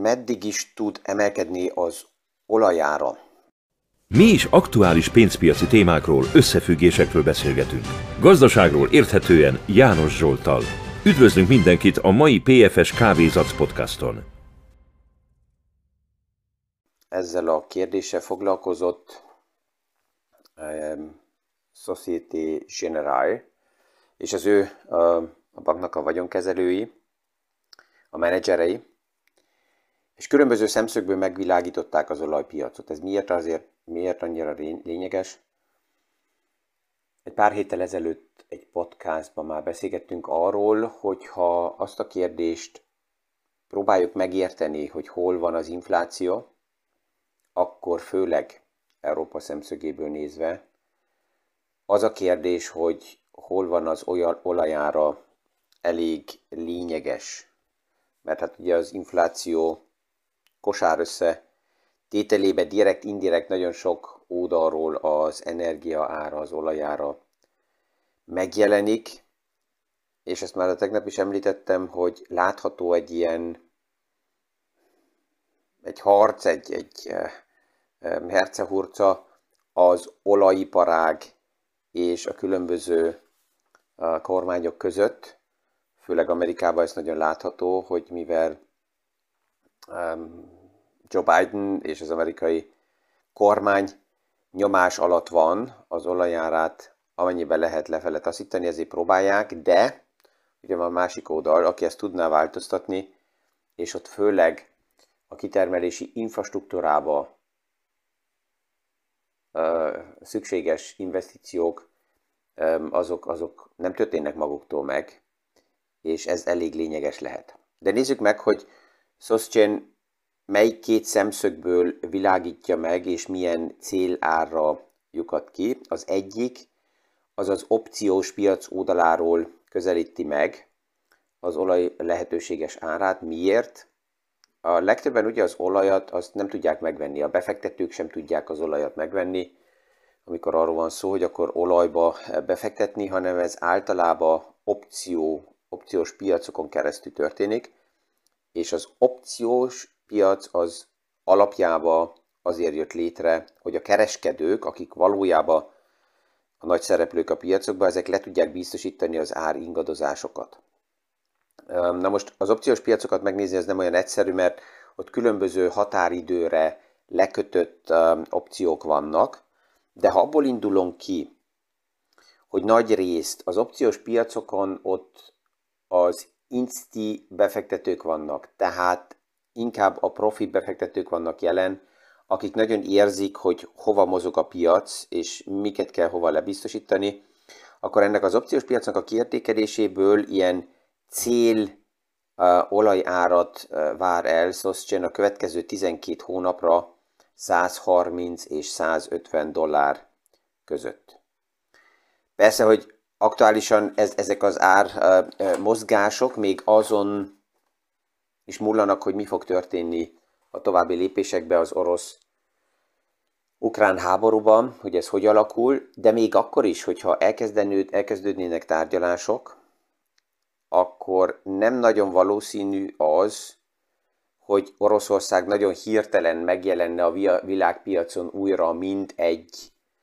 meddig is tud emelkedni az olajára? Mi is aktuális pénzpiaci témákról, összefüggésekről beszélgetünk. Gazdaságról érthetően János Zsolttal. Üdvözlünk mindenkit a mai PFS Kávézac podcaston. Ezzel a kérdéssel foglalkozott Société Générale, és az ő a banknak a vagyonkezelői, a menedzserei, és különböző szemszögből megvilágították az olajpiacot. Ez miért annyira lényeges? Egy pár héttel ezelőtt egy podcastban már beszélgettünk arról, hogyha azt a kérdést próbáljuk megérteni, hogy hol van az infláció, akkor főleg Európa szemszögéből nézve, az a kérdés, hogy hol van az olajára elég lényeges. Mert hát ugye az infláció kosár össze tételébe direkt, indirekt nagyon sok oldalról az energia ára, az olajára megjelenik, és ezt már tegnap is említettem, hogy látható egy harc, egy hercehurca az olajiparág és a különböző kormányok között, főleg Amerikában ez nagyon látható, hogy mivel Joe Biden és az amerikai kormány nyomás alatt van, az olajárát amennyiben lehet lefele taszítani, ezért próbálják, de ugye van a másik oldal, aki ezt tudná változtatni, és ott főleg a kitermelési infrastruktúrába szükséges investíciók, azok nem történnek maguktól meg, és ez elég lényeges lehet. De nézzük meg, hogy SocGen melyik két szemszögből világítja meg, és milyen célárra lyukat ki. Az egyik, az az opciós piac oldaláról közelíti meg az olaj lehetőséges árát. Miért? A legtöbben ugye az olajat azt nem tudják megvenni, a befektetők sem tudják az olajat megvenni, amikor arról van szó, hogy akkor olajba befektetni, hanem ez általában opciós piacokon keresztül történik, és az opciós piac az alapjában azért jött létre, hogy a kereskedők, akik valójában a nagy szereplők a piacokban, ezek le tudják biztosítani az ár ingadozásokat. Na most az opciós piacokat megnézni ez nem olyan egyszerű, mert ott különböző határidőre lekötött opciók vannak, de ha abból indulunk ki, hogy nagy részt az opciós piacokon ott az insti befektetők vannak, tehát inkább a profit befektetők vannak jelen, akik nagyon érzik, hogy hova mozog a piac, és miket kell hova lebiztosítani, akkor ennek az opciós piacnak a kiértékeléséből ilyen cél olajárat vár el SocGen a következő 12 hónapra 130 és 150 dollár között. Persze, hogy aktuálisan ezek az mozgások még azon is múlanak, hogy mi fog történni a további lépésekben az orosz-ukrán háborúban, hogy ez hogy alakul, de még akkor is, hogyha elkezdődnének tárgyalások, akkor nem nagyon valószínű az, hogy Oroszország nagyon hirtelen megjelenne a világpiacon újra, mint egy,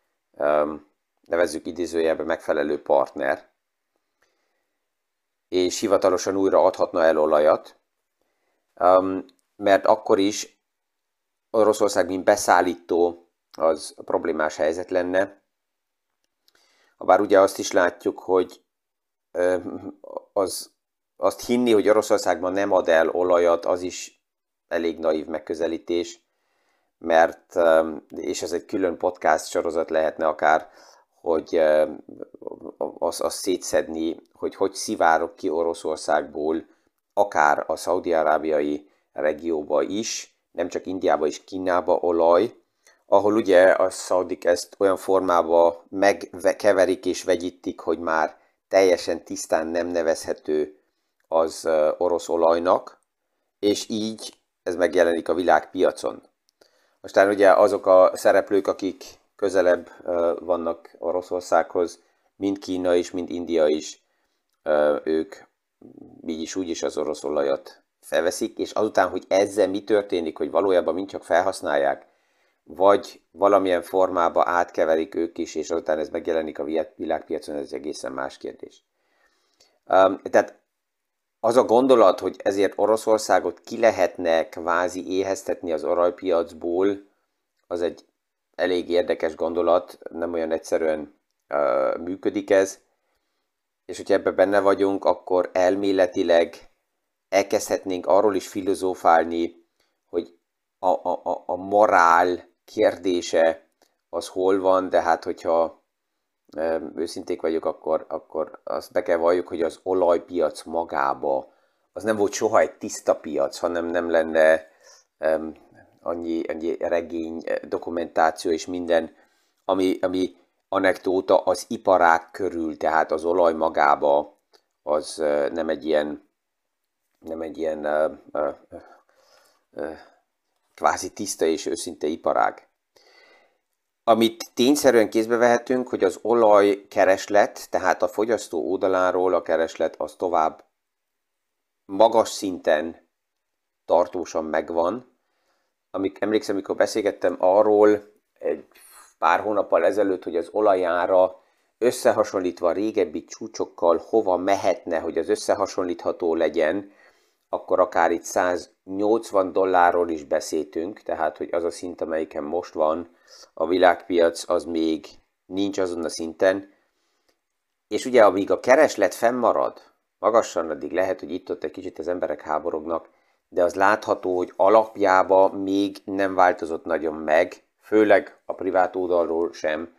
nevezzük idézőjelben, megfelelő partner, és hivatalosan újra adhatna el olajat, mert akkor is Oroszország, mint beszállító, az problémás helyzet lenne. Habár ugye azt is látjuk, hogy azt hinni, hogy Oroszországban nem ad el olajat, az is elég naív megközelítés, mert, és ez egy külön podcast sorozat lehetne akár, hogy azt szétszedni, hogy szivárog ki Oroszországból, akár a szaudi-arábiai regióba is, nem csak Indiába és Kínába olaj, ahol ugye a szaudik ezt olyan formába megkeverik és vegyítik, hogy már teljesen tisztán nem nevezhető az orosz olajnak, és így ez megjelenik a világpiacon. Aztán ugye azok a szereplők, akik közelebb vannak Oroszországhoz, mind Kína is, mind India is, ők így is úgy is az orosz olajat felveszik, és azután, hogy ezzel mi történik, hogy valójában mind csak felhasználják, vagy valamilyen formába átkeverik ők is, és azután ez megjelenik a világpiacon, ez egy egészen más kérdés. Tehát az a gondolat, hogy ezért Oroszországot ki lehetne kvázi éheztetni az olajpiacból, az egy elég érdekes gondolat, nem olyan egyszerűen működik ez, és hogyha ebben benne vagyunk, akkor elméletileg elkezdhetnénk arról is filozófálni, hogy a morál kérdése az hol van, de hát hogyha őszinték vagyok, akkor azt be kell valljuk, hogy az olajpiac magába az nem volt soha egy tiszta piac, hanem nem lenne annyi regény, dokumentáció és minden, ami anekdóta az iparág körül, tehát az olaj magába az nem egy ilyen kvázi tiszta és őszinte iparág. Amit tényszerűen kézbe vehetünk, hogy az olajkereslet, tehát a fogyasztó oldaláról a kereslet az tovább magas szinten tartósan megvan. Emlékszem, amikor beszélgettem arról egy pár hónappal ezelőtt, hogy az olajára összehasonlítva a régebbi csúcsokkal hova mehetne, hogy az összehasonlítható legyen, akkor akár itt $180 is beszéltünk, tehát hogy az a szint, amelyiken most van a világpiac, az még nincs azon a szinten. És ugye amíg a kereslet fennmarad, magasan addig lehet, hogy itt-ott egy kicsit az emberek háborognak, de az látható, hogy alapjában még nem változott nagyon meg, főleg a privát oldalról sem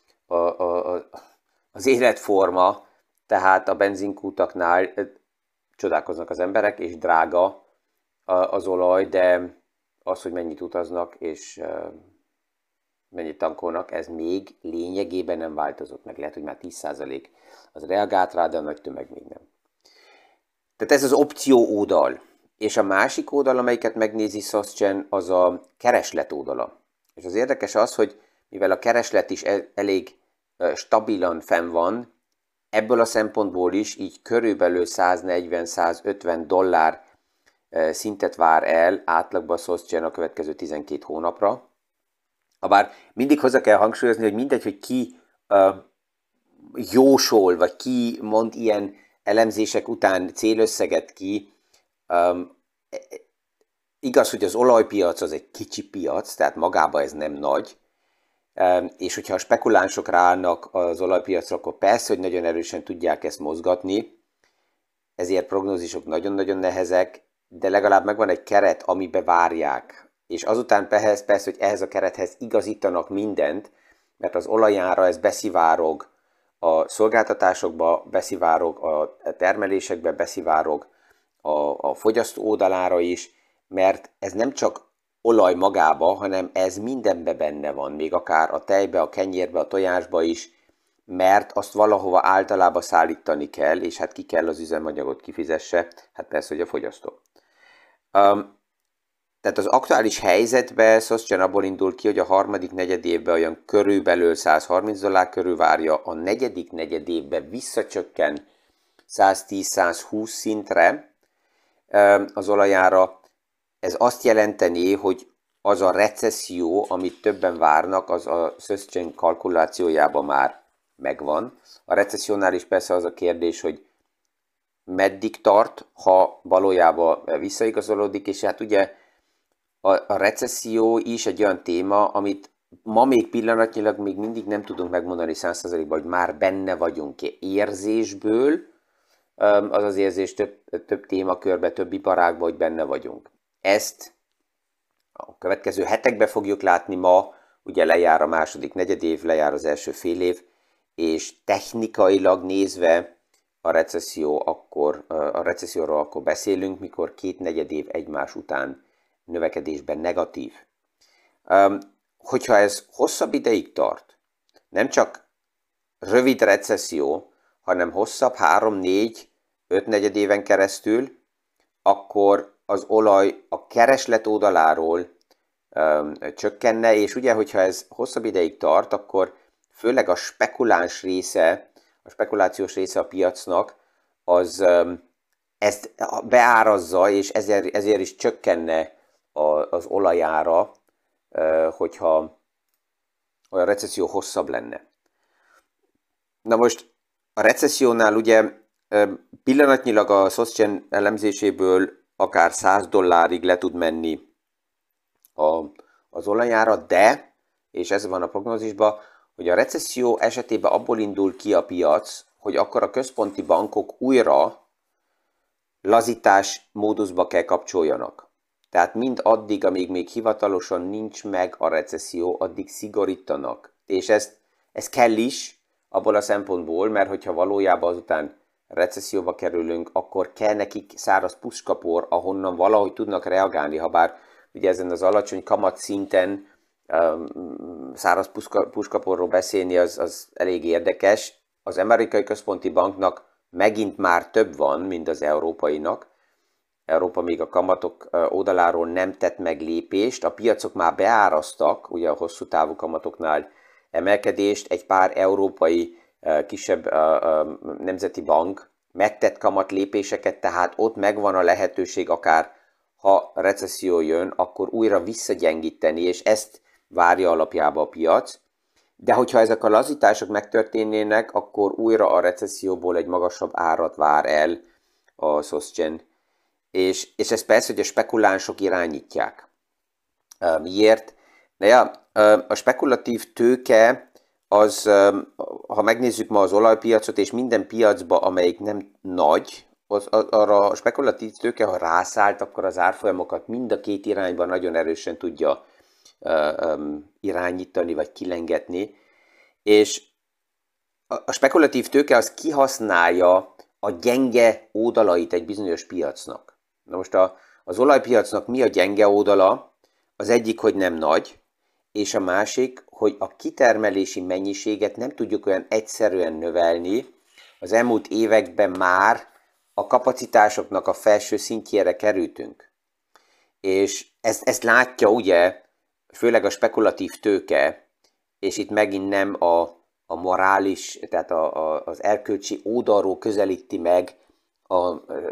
az életforma, tehát a benzinkútaknál csodálkoznak az emberek, és drága az olaj, de az, hogy mennyit utaznak, és mennyit tankolnak, ez még lényegében nem változott meg. Lehet, hogy már 10% az reagált rá, de a nagy tömeg még nem. Tehát ez az opció oldal. És a másik oldal, amelyiket megnézi SourceGen, az a kereslet oldala. És az érdekes az, hogy mivel a kereslet is elég stabilan fenn van, ebből a szempontból is így körülbelül $140-150 szintet vár el átlagban a SourceGen a következő 12 hónapra. Habár mindig hozzá kell hangsúlyozni, hogy mindegy, hogy ki jósol, vagy ki mond ilyen elemzések után célösszeget ki. Igaz, hogy az olajpiac az egy kicsi piac, tehát magában ez nem nagy, és hogyha a spekulánsok ráállnak az olajpiacra, akkor persze, hogy nagyon erősen tudják ezt mozgatni, ezért prognózisok nagyon-nagyon nehezek, de legalább megvan egy keret, amibe várják. És azután persze, hogy ehhez a kerethez igazítanak mindent, mert az olajára ez beszivárog a szolgáltatásokba, beszivárog a termelésekbe, beszivárog a fogyasztó oldalára is, mert ez nem csak olaj magába, hanem ez mindenbe benne van, még akár a tejbe, a kenyérbe, a tojásba is, mert azt valahova általában szállítani kell, és hát ki kell az üzemanyagot kifizesse, hát persze, hogy a fogyasztó. Tehát az aktuális helyzetben SourceGen abból indul ki, hogy a harmadik negyedévben olyan körülbelül $130 körül várja, a negyedik negyedévben visszacsökken 110-120 szintre az olajára. Ez azt jelenteni, hogy az a recesszió, amit többen várnak, az a SourceGen kalkulációjában már megvan. A recessziónál is persze az a kérdés, hogy meddig tart, ha valójában visszaigazolódik, és hát ugye a recesszió is egy olyan téma, amit ma még pillanatnyilag még mindig nem tudunk megmondani 100%-ban, hogy már benne vagyunk-e érzésből, az az érzés több témakörben, több iparágban, hogy benne vagyunk. Ezt a következő hetekben fogjuk látni ma, ugye lejár a második negyedév, lejár az első fél év, és technikailag nézve a recesszióról akkor beszélünk, mikor két negyedév egymás után növekedésben negatív. Hogyha ez hosszabb ideig tart, nem csak rövid recesszió, hanem hosszabb 3-4-5 negyedéven keresztül, akkor az olaj a kereslet oldaláról csökkenne, és ugye, hogyha ez hosszabb ideig tart, akkor főleg a spekulációs része a piacnak, az ezt beárazza, és ezért is csökkenne az olajára, hogyha a recesszió hosszabb lenne. Na most a recessziónál ugye pillanatnyilag a SocGen elemzéséből akár $100 le tud menni az olajára, de, és ez van a prognózisban, hogy a recesszió esetében abból indul ki a piac, hogy akkor a központi bankok újra lazítás módusba kell kapcsoljanak. Tehát mind addig, amíg még hivatalosan nincs meg a recesszió, addig szigorítanak. És ez kell is abból a szempontból, mert hogyha valójában azután recesszióba kerülünk, akkor kell nekik száraz puskapor, ahonnan valahogy tudnak reagálni, habár ugye ezen az alacsony kamat szinten száraz puskaporról beszélni az elég érdekes. Az amerikai központi banknak megint már több van, mint az európainak. Európa még a kamatok oldaláról nem tett meg lépést, a piacok már beáraztak, ugye a hosszú távú kamatoknál emelkedést, egy pár európai kisebb nemzeti bank megtett kamat lépéseket, tehát ott megvan a lehetőség akár, ha recesszió jön, akkor újra visszagyengíteni, és ezt várja alapjába a piac. De hogyha ezek a lazítások megtörténnének, akkor újra a recesszióból egy magasabb árat vár el a SocGen. És ez persze, hogy a spekulánsok irányítják. Miért? A spekulatív tőke az, ha megnézzük ma az olajpiacot, és minden piacba, amelyik nem nagy, arra a spekulatív tőke, ha rászállt, akkor az árfolyamokat mind a két irányban nagyon erősen tudja irányítani, vagy kilengetni. És a spekulatív tőke az kihasználja a gyenge oldalait egy bizonyos piacnak. Na most az olajpiacnak mi a gyenge oldala? Az egyik, hogy nem nagy, és a másik, hogy a kitermelési mennyiséget nem tudjuk olyan egyszerűen növelni. Az elmúlt években már a kapacitásoknak a felső szintjére kerültünk. És ezt látja ugye, főleg a spekulatív tőke, és itt megint nem a morális, tehát az erkölcsi oldalról közelíti meg a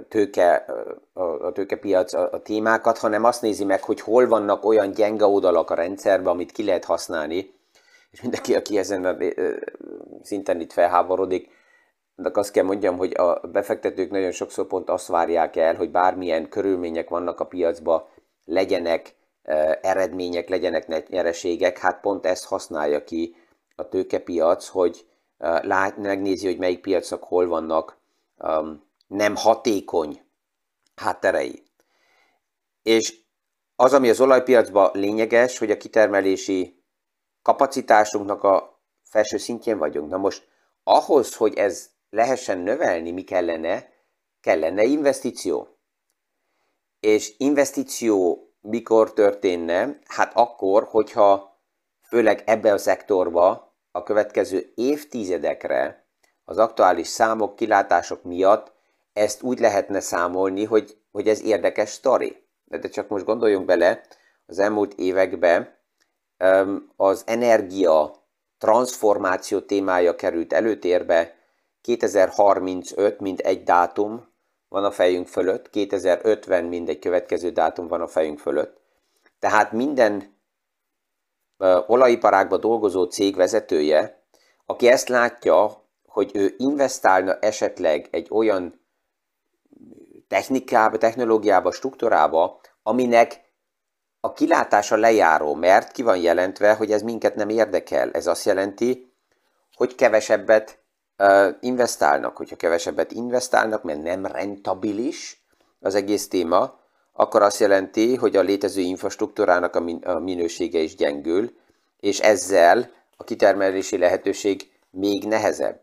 tőkepiac a témákat, hanem azt nézi meg, hogy hol vannak olyan gyenge oldalak a rendszerben, amit ki lehet használni. És mindenki, aki ezen a szinten itt felháborodik, de azt kell mondjam, hogy a befektetők nagyon sokszor pont azt várják el, hogy bármilyen körülmények vannak a piacban, legyenek eredmények, legyenek nyereségek, hát pont ezt használja ki a tőkepiac, hogy megnézi, hogy melyik piacok hol vannak nem hatékony hátterei. És az, ami az olajpiacban lényeges, hogy a kitermelési kapacitásunknak a felső szintjén vagyunk. Na most ahhoz, hogy ez lehessen növelni, mi kellene? Kellene investíció. És investíció mikor történne? Hát akkor, hogyha főleg ebbe a szektorba a következő évtizedekre az aktuális számok, kilátások miatt ezt úgy lehetne számolni, hogy ez érdekes sztori. De csak most gondoljunk bele, az elmúlt években az energia transformáció témája került előtérbe. 2035, mint egy dátum van a fejünk fölött, 2050, mint egy következő dátum van a fejünk fölött. Tehát minden olajiparágban dolgozó cég vezetője, aki ezt látja, hogy ő investálna esetleg egy olyan technológiába, struktúrába, aminek a kilátása lejáró, mert ki van jelentve, hogy ez minket nem érdekel. Ez azt jelenti, hogy kevesebbet investálnak. Hogyha kevesebbet investálnak, mert nem rentabilis az egész téma, akkor azt jelenti, hogy a létező infrastruktúrának a minősége is gyengül, és ezzel a kitermelési lehetőség még nehezebb.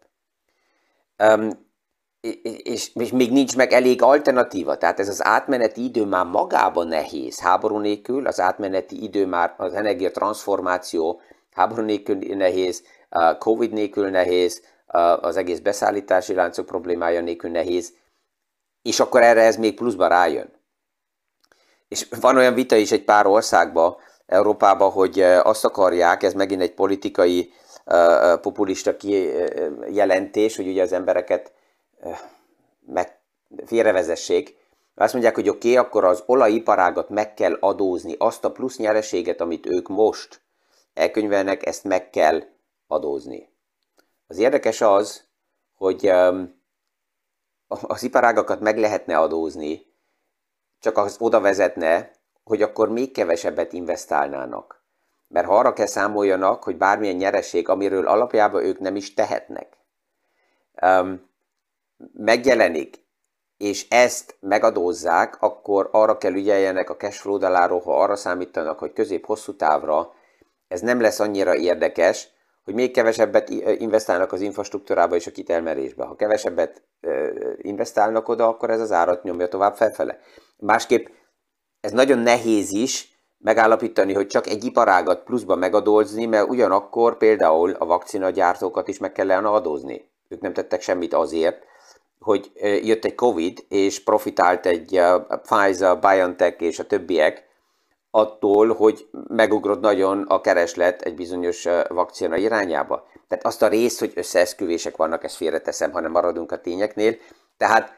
És még nincs meg elég alternatíva, tehát ez az átmeneti idő már magában nehéz. Háború nélkül az átmeneti idő már, az energiatranszformáció háború nélkül nehéz, Covid nélkül nehéz, az egész beszállítási láncok problémája nélkül nehéz, és akkor erre ez még pluszba rájön. És van olyan vita is egy pár országban, Európában, hogy azt akarják, ez megint egy politikai, populista kijelentés, hogy ugye az embereket félrevezessék. Azt mondják, hogy oké, akkor az olajiparágat meg kell adózni, azt a plusz nyereséget, amit ők most elkönyvelnek, ezt meg kell adózni. Az érdekes az, hogy az iparágakat meg lehetne adózni, csak az oda vezetne, hogy akkor még kevesebbet investálnának. Mert ha arra kell számoljanak, hogy bármilyen nyereség, amiről alapjában ők nem is tehetnek, megjelenik, és ezt megadózzák, akkor arra kell ügyeljenek a cashflow oldaláról, ha arra számítanak, hogy közép-hosszú távra ez nem lesz annyira érdekes, hogy még kevesebbet investálnak az infrastruktúrába és a kitermelésbe. Ha kevesebbet investálnak oda, akkor ez az árat nyomja tovább felfele. Másképp ez nagyon nehéz is megállapítani, hogy csak egy iparágat pluszba megadózni, mert ugyanakkor például a vakcinagyártókat is meg kellene adózni. Ők nem tettek semmit azért, hogy jött egy Covid, és profitált egy Pfizer, BioNTech és a többiek attól, hogy megugrott nagyon a kereslet egy bizonyos vakcina irányába. Tehát azt a részt, hogy összeesküvések vannak, ezt félreteszem, hanem maradunk a tényeknél. Tehát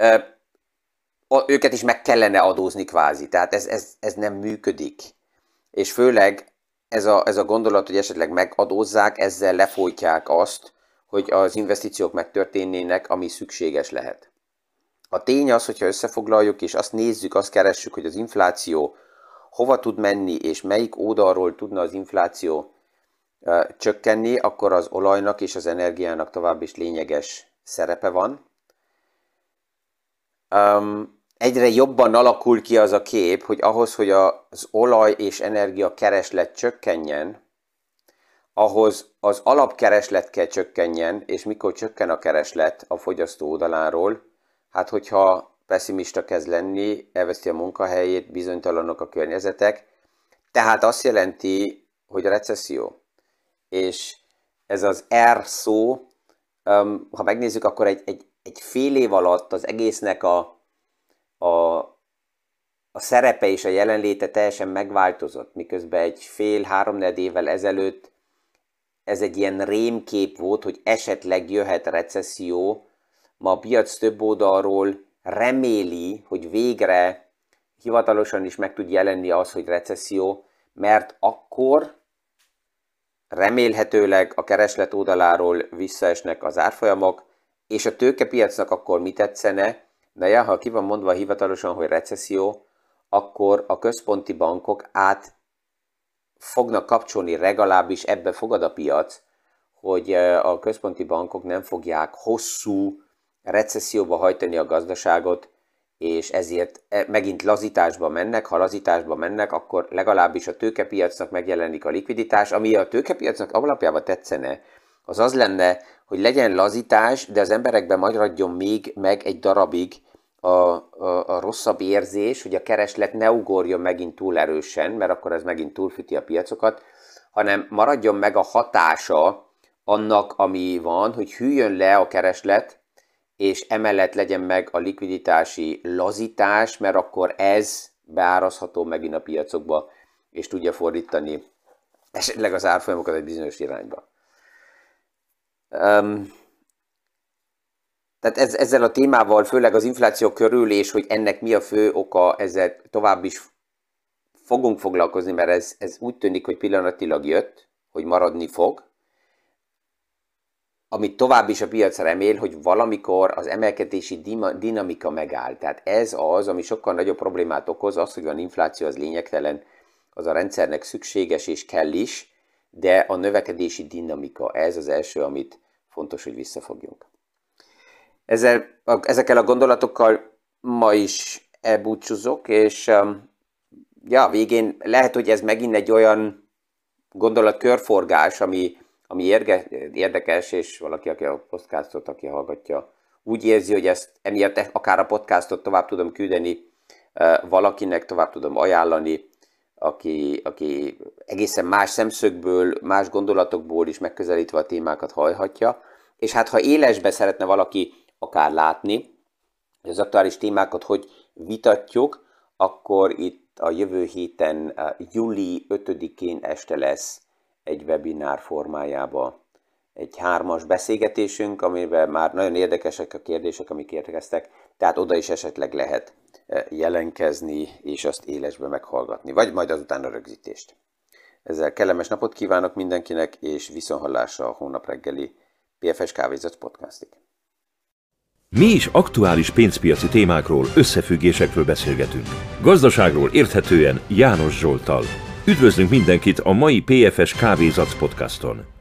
őket is meg kellene adózni kvázi. Tehát ez nem működik. És főleg ez a gondolat, hogy esetleg megadózzák, ezzel lefolytják azt, hogy az investíciók megtörténnének, ami szükséges lehet. A tény az, hogyha összefoglaljuk, és azt nézzük, azt keressük, hogy az infláció hova tud menni, és melyik oldalról tudna az infláció csökkenni, akkor az olajnak és az energiának tovább is lényeges szerepe van. Egyre jobban alakul ki az a kép, hogy ahhoz, hogy az olaj és energia kereslet csökkenjen, ahhoz az alapkereslet kell csökkenjen, és mikor csökken a kereslet a fogyasztó oldaláról, hát hogyha pessimista kezd lenni, elveszti a munkahelyét, bizonytalanok a környezetek, tehát azt jelenti, hogy a recesszió. És ez az R szó, ha megnézzük, akkor egy fél év alatt az egésznek a szerepe és a jelenléte teljesen megváltozott, miközben egy fél-háromnegyed évvel ezelőtt ez egy ilyen rémkép volt, hogy esetleg jöhet recesszió. Ma a piac több oldalról reméli, hogy végre hivatalosan is meg tud jelenni az, hogy recesszió, mert akkor remélhetőleg a kereslet oldaláról visszaesnek az árfolyamok, és a tőkepiacnak akkor mit tetszene? Na ja, ha ki van mondva hivatalosan, hogy recesszió, akkor a központi bankok át fognak kapcsolni, legalábbis ebbe fogad a piac, hogy a központi bankok nem fogják hosszú recesszióba hajtani a gazdaságot, és ezért megint lazításba mennek. Ha lazításba mennek, akkor legalábbis a tőkepiacnak megjelenik a likviditás, ami a tőkepiacnak alapjában tetszene, az az lenne, hogy legyen lazítás, de az emberekben maradjon még meg egy darabig a rosszabb érzés, hogy a kereslet ne ugorjon megint túl erősen, mert akkor ez megint túlfüti a piacokat, hanem maradjon meg a hatása annak, ami van, hogy hűljön le a kereslet, és emellett legyen meg a likviditási lazítás, mert akkor ez beárazható megint a piacokba, és tudja fordítani esetleg az árfolyamokat egy bizonyos irányba. Tehát ezzel a témával, főleg az infláció körül, és hogy ennek mi a fő oka, ezzel tovább is fogunk foglalkozni, mert ez úgy tűnik, hogy pillanatilag jött, hogy maradni fog, amit tovább is a piac remél, hogy valamikor az emelkedési dinamika megáll. Tehát ez az, ami sokkal nagyobb problémát okoz, az, hogy van infláció, az lényegtelen, az a rendszernek szükséges és kell is, de a növekedési dinamika, ez az első, amit fontos, hogy visszafogjunk. Ezekkel a gondolatokkal ma is elbúcsúzok, és végén lehet, hogy ez megint egy olyan gondolatkörforgás, ami érdekes, és valaki, aki a podcastot, aki hallgatja, úgy érzi, hogy ezt emiatt akár a podcastot tovább tudom küldeni valakinek, tovább tudom ajánlani, aki egészen más szemszögből, más gondolatokból is megközelítve a témákat hallhatja. És hát, ha élesbe szeretne valaki akár látni, hogy az aktuális témákat hogy vitatjuk, akkor itt a jövő héten, júli 5-én este lesz egy webinár formájában egy 3-as beszélgetésünk, amiben már nagyon érdekesek a kérdések, amik érkeztek, tehát oda is esetleg lehet jelentkezni, és azt élesbe meghallgatni, vagy majd azután a rögzítést. Ezzel kellemes napot kívánok mindenkinek, és viszonthallásra a hónap reggeli PFS Kávézac podcastig. Mi is aktuális pénzpiaci témákról, összefüggésekről beszélgetünk. Gazdaságról érthetően János Zsolttal. Üdvözlünk mindenkit a mai PFS Kávézac podcaston!